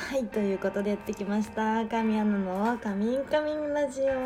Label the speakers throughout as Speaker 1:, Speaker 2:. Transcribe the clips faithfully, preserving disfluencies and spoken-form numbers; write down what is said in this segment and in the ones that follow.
Speaker 1: はい、ということでやってきました神アナのカミンカミンラジオ。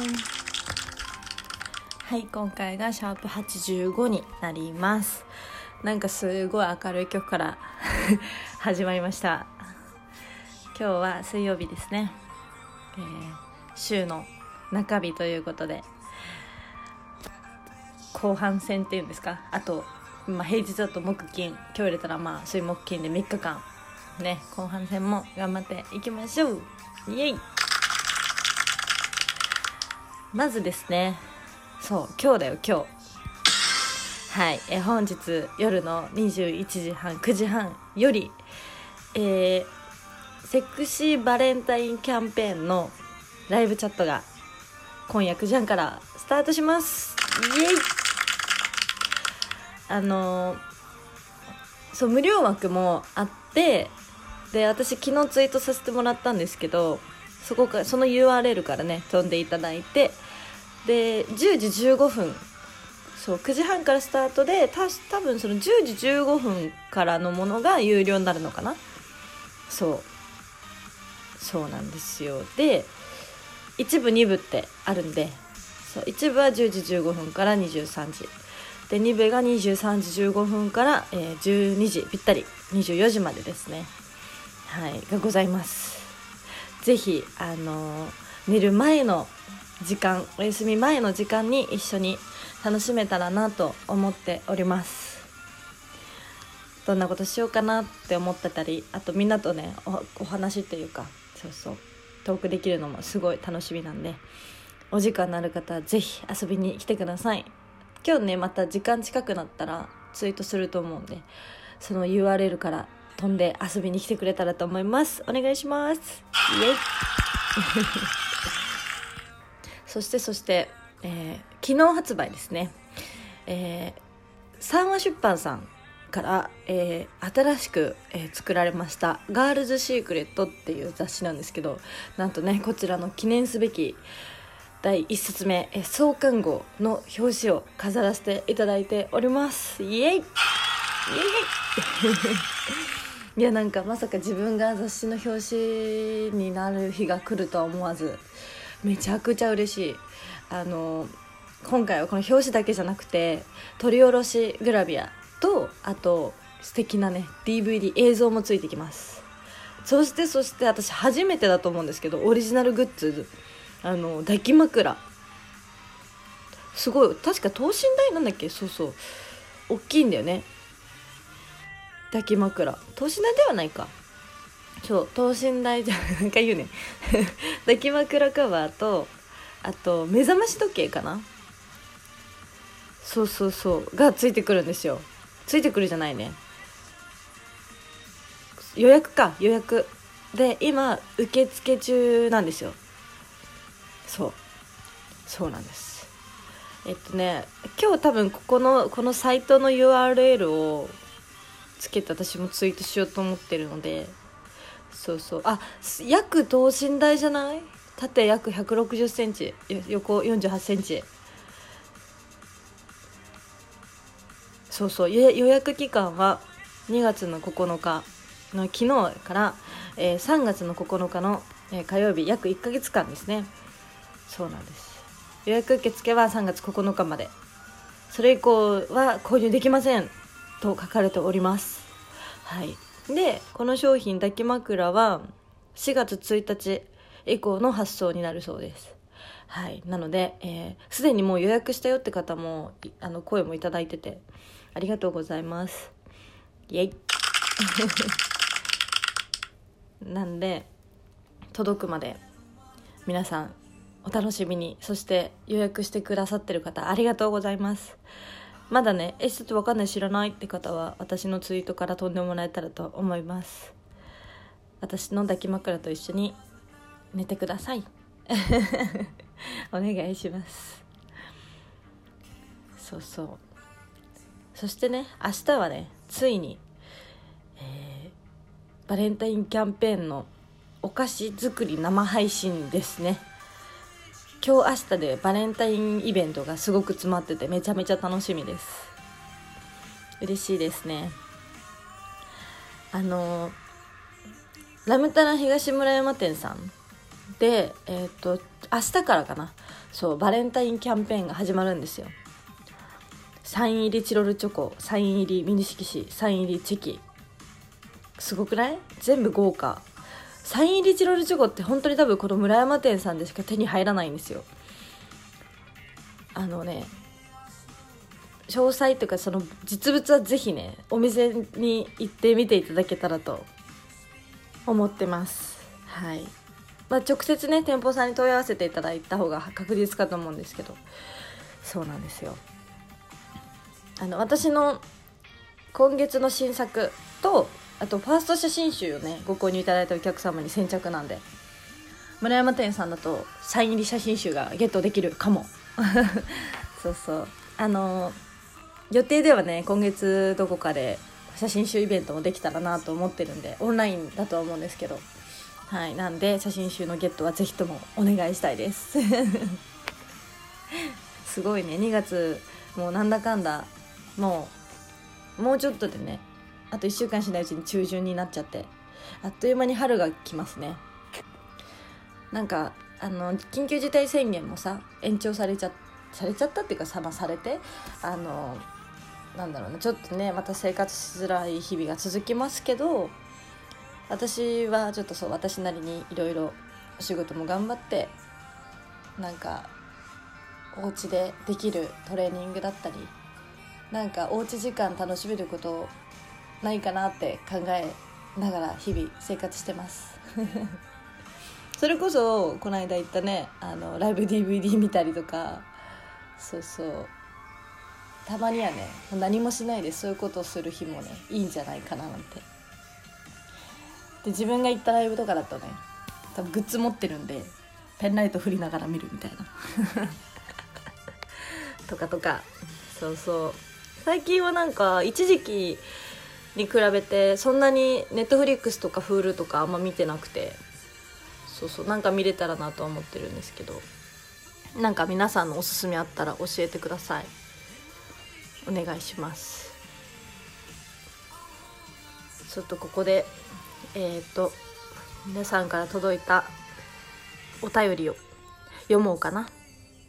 Speaker 1: はい、今回がシャープはちじゅうごになります。なんかすごい明るい曲から始まりました。今日は水曜日ですね、えー、週の中日ということで後半戦っていうんですか、あと、まあ、平日だと木金、今日入れたらまあ水木金でみっかかんね、後半戦も頑張っていきましょう。イエイ。まずですね、そう今日だよ今日。はい、え本日夜のにじゅういちじはんくじはんより、えー、セクシーバレンタインキャンペーンのライブチャットが今夜くじはんからスタートします。イエイ。あのー、そう無料枠もあって、で私昨日ツイートさせてもらったんですけど、そこかその ユーアールエル からね飛んでいただいて、でじゅうじじゅうごふん、そうくじはんからスタートで、た多分そのじゅうじじゅうごふんからのものが有料になるのかな。そうそうなんですよ。で一部二部ってあるんで、そう一部はじゅうじじゅうごふんからにじゅうさんじで、に部がにじゅうさんじじゅうごふんから、えー、じゅうにじぴったりにじゅうよじまでですね、はいがございます。ぜひあのー、寝る前の時間、お休み前の時間に一緒に楽しめたらなと思っております。どんなことしようかなって思ってたり、あとみんなとね お, お話っていうか、そうそうトークできるのもすごい楽しみなんで、お時間のある方はぜひ遊びに来てください。今日ねまた時間近くなったらツイートすると思うんで、その ユーアールエル から飛んで遊びに来てくれたらと思います。お願いします。イエイそしてそして、えー、昨日発売ですね、えー、三和出版さんから、えー、新しく、えー、作られましたガールズシークレットっていう雑誌なんですけど、なんとねこちらの記念すべきだいいっさつめ、えー、創刊号の表紙を飾らせていただいております。イエイイエイいやなんかまさか自分が雑誌の表紙になる日が来るとは思わず、めちゃくちゃ嬉しい。あの今回はこの表紙だけじゃなくて取り下ろしグラビアと、あと素敵なね ディーブイディー 映像もついてきます。そしてそして私初めてだと思うんですけど、オリジナルグッズ、あの抱き枕、すごい、確か等身大なんだっけ、そうそう大きいんだよね抱き枕。等身大ではないか、そう等身大じゃなんか言うね抱き枕カバーと、あと目覚まし時計かな、そうそうそうがついてくるんですよ。ついてくるじゃないね、予約か予約で今受付中なんですよ。そうそうなんです。えっとね今日多分ここのこのサイトの ユーアールエル をつけて私もツイートしようと思ってるので、そうそう、あ約等身大じゃない、縦約ひゃくろくじゅっセンチ、横よんじゅうはちセンチ。そうそう、予約期間はにがつのここのかの昨日から、えー、さんがつのここのかの、えー、火曜日、約いっかげつかんですね。そうなんです。予約受付はさんがつここのかまで、それ以降は購入できませんと書かれております。はい。でこの商品抱き枕はしがつついたち以降の発送になるそうです。はい、なので、えー、すでにもう予約したよって方もあの声もいただいててありがとうございます。イエイなんで届くまで皆さんお楽しみに。そして予約してくださってる方ありがとうございます。まだねえちょっと分かんない知らないって方は私のツイートから飛んでもらえたらと思います。私の抱き枕と一緒に寝てくださいお願いします。そうそう、そしてね明日はねついに、えー、バレンタインキャンペーンのお菓子作り生配信ですね。今日明日でバレンタインイベントがすごく詰まっててめちゃめちゃ楽しみです。嬉しいですね。あのラムタラ東村山店さんで、えー、と明日からかな、そうバレンタインキャンペーンが始まるんですよ。サイン入りチロルチョコ、サイン入りミニ色紙、サイン入りチェキ、すごくない？全部豪華。サイン入りチロルチョコって本当に多分この村山店さんでしか手に入らないんですよ。あのね、詳細というかその実物はぜひねお店に行ってみていただけたらと思ってます。はい、まあ、直接ね店舗さんに問い合わせていただいた方が確実かと思うんですけど、そうなんですよ。あの私の今月の新作と、あとファースト写真集をねご購入いただいたお客様に先着なんで、村山店さんだとサイン入り写真集がゲットできるかもそうそう、あの予定ではね今月どこかで写真集イベントもできたらなと思ってるんで、オンラインだとは思うんですけど、はい、なんで写真集のゲットはぜひともお願いしたいですすごいね、にがつもうなんだかんだもうもうちょっとでね、あといっしゅうかんしないうちに中旬になっちゃって、あっという間に春が来ますね。なんかあの緊急事態宣言もさ延長されちゃされちゃったっていうかさ、まあ、されてあのなんだろうね、ちょっとねまた生活しづらい日々が続きますけど、私はちょっとそう私なりにいろいろお仕事も頑張って、なんかお家でできるトレーニングだったり、なんかおうち時間楽しめることないかなって考えながら日々生活してますそれこそこの間言ったね、あのライブ ディーブイディー 見たりとか、そうそう、たまにはね何もしないでそういうことをする日もねいいんじゃないかななんて。で自分が行ったライブとかだとね多分グッズ持ってるんでペンライト振りながら見るみたいなとかとか、そうそう、最近はなんか一時期に比べてそんなにネットフリックスとか Hulu とかあんま見てなくて、そうそう、なんか見れたらなとは思ってるんですけど、なんか皆さんのおすすめあったら教えてください。お願いします。ちょっとここでえっと皆さんから届いたお便りを読もうかな。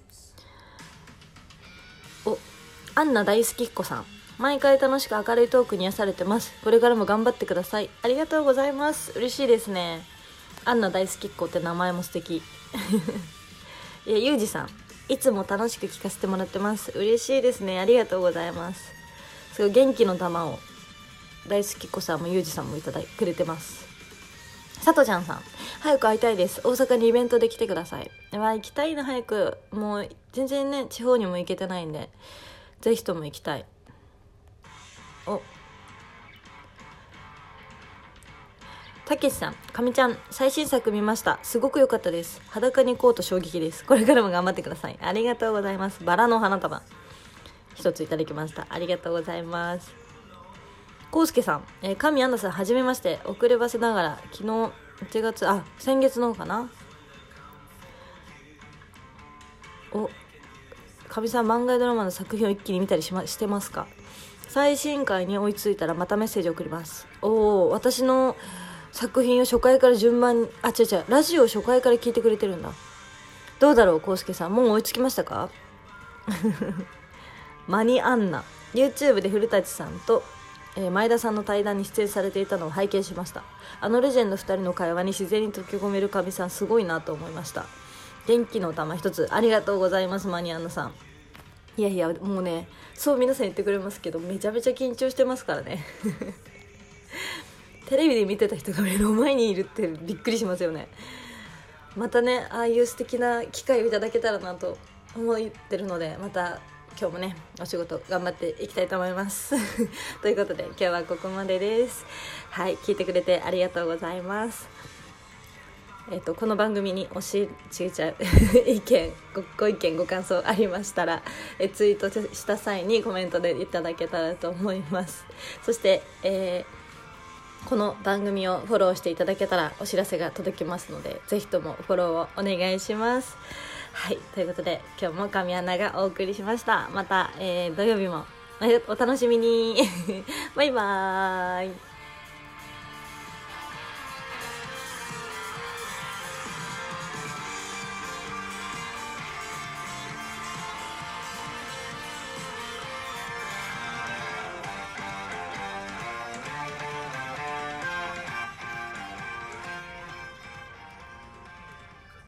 Speaker 1: お、アンナ大好きっ子さん、毎回楽しく明るいトークに癒されてます。これからも頑張ってください。ありがとうございます。嬉しいですね。アンナ大好きっ子って名前も素敵いや、ゆうじさん、いつも楽しく聞かせてもらってます。嬉しいですね。ありがとうございます。すごい元気の玉を大好きっ子さんもゆうじさんもいただいてくれてます。さとちゃんさん、早く会いたいです。大阪にイベントで来てください。わ、行きたいな、早く。もう全然ね地方にも行けてないんでぜひとも行きたい。お、たけしさん、かみちゃん、最新作見ました。すごく良かったです。裸に行こうと衝撃です。これからも頑張ってください。ありがとうございます。バラの花束一ついただきました。ありがとうございます。こうすけさん、えー、神アンナさん、はじめまして。遅ればせながら昨日いちがつ、あ、先月のかな。お、神さん、漫画やドラマの作品を一気に見たりし、ま、してますか？最新回に追いついたらまたメッセージを送ります。おー、私の作品を初回から順番に、あ、違う違う、ラジオを初回から聞いてくれてるんだ。どうだろう、こうすけさん、もう追いつきましたか？マニアンナ YouTube で古舘さんと、えー、前田さんの対談に出演されていたのを拝見しました。あのレジェンドふたりの会話に自然に溶け込める神さん、すごいなと思いました。元気の玉一つありがとうございます。マニアンナさん、いやいや、もうね、そう皆さん言ってくれますけど、めちゃめちゃ緊張してますからねテレビで見てた人が目の前にいるってびっくりしますよね。またね、ああいう素敵な機会をいただけたらなと思ってるので、また今日もねお仕事頑張っていきたいと思いますということで今日はここまでです。はい、聞いてくれてありがとうございます。えっと、この番組に教えちゃう意見 ご, ご意見ご感想ありましたら、えツイートした際にコメントでいただけたらと思います。そして、えー、この番組をフォローしていただけたらお知らせが届きますので、ぜひともフォローをお願いします。はい、ということで今日も神アナがお送りしました。また、えー、土曜日もお楽しみにバイバーイ。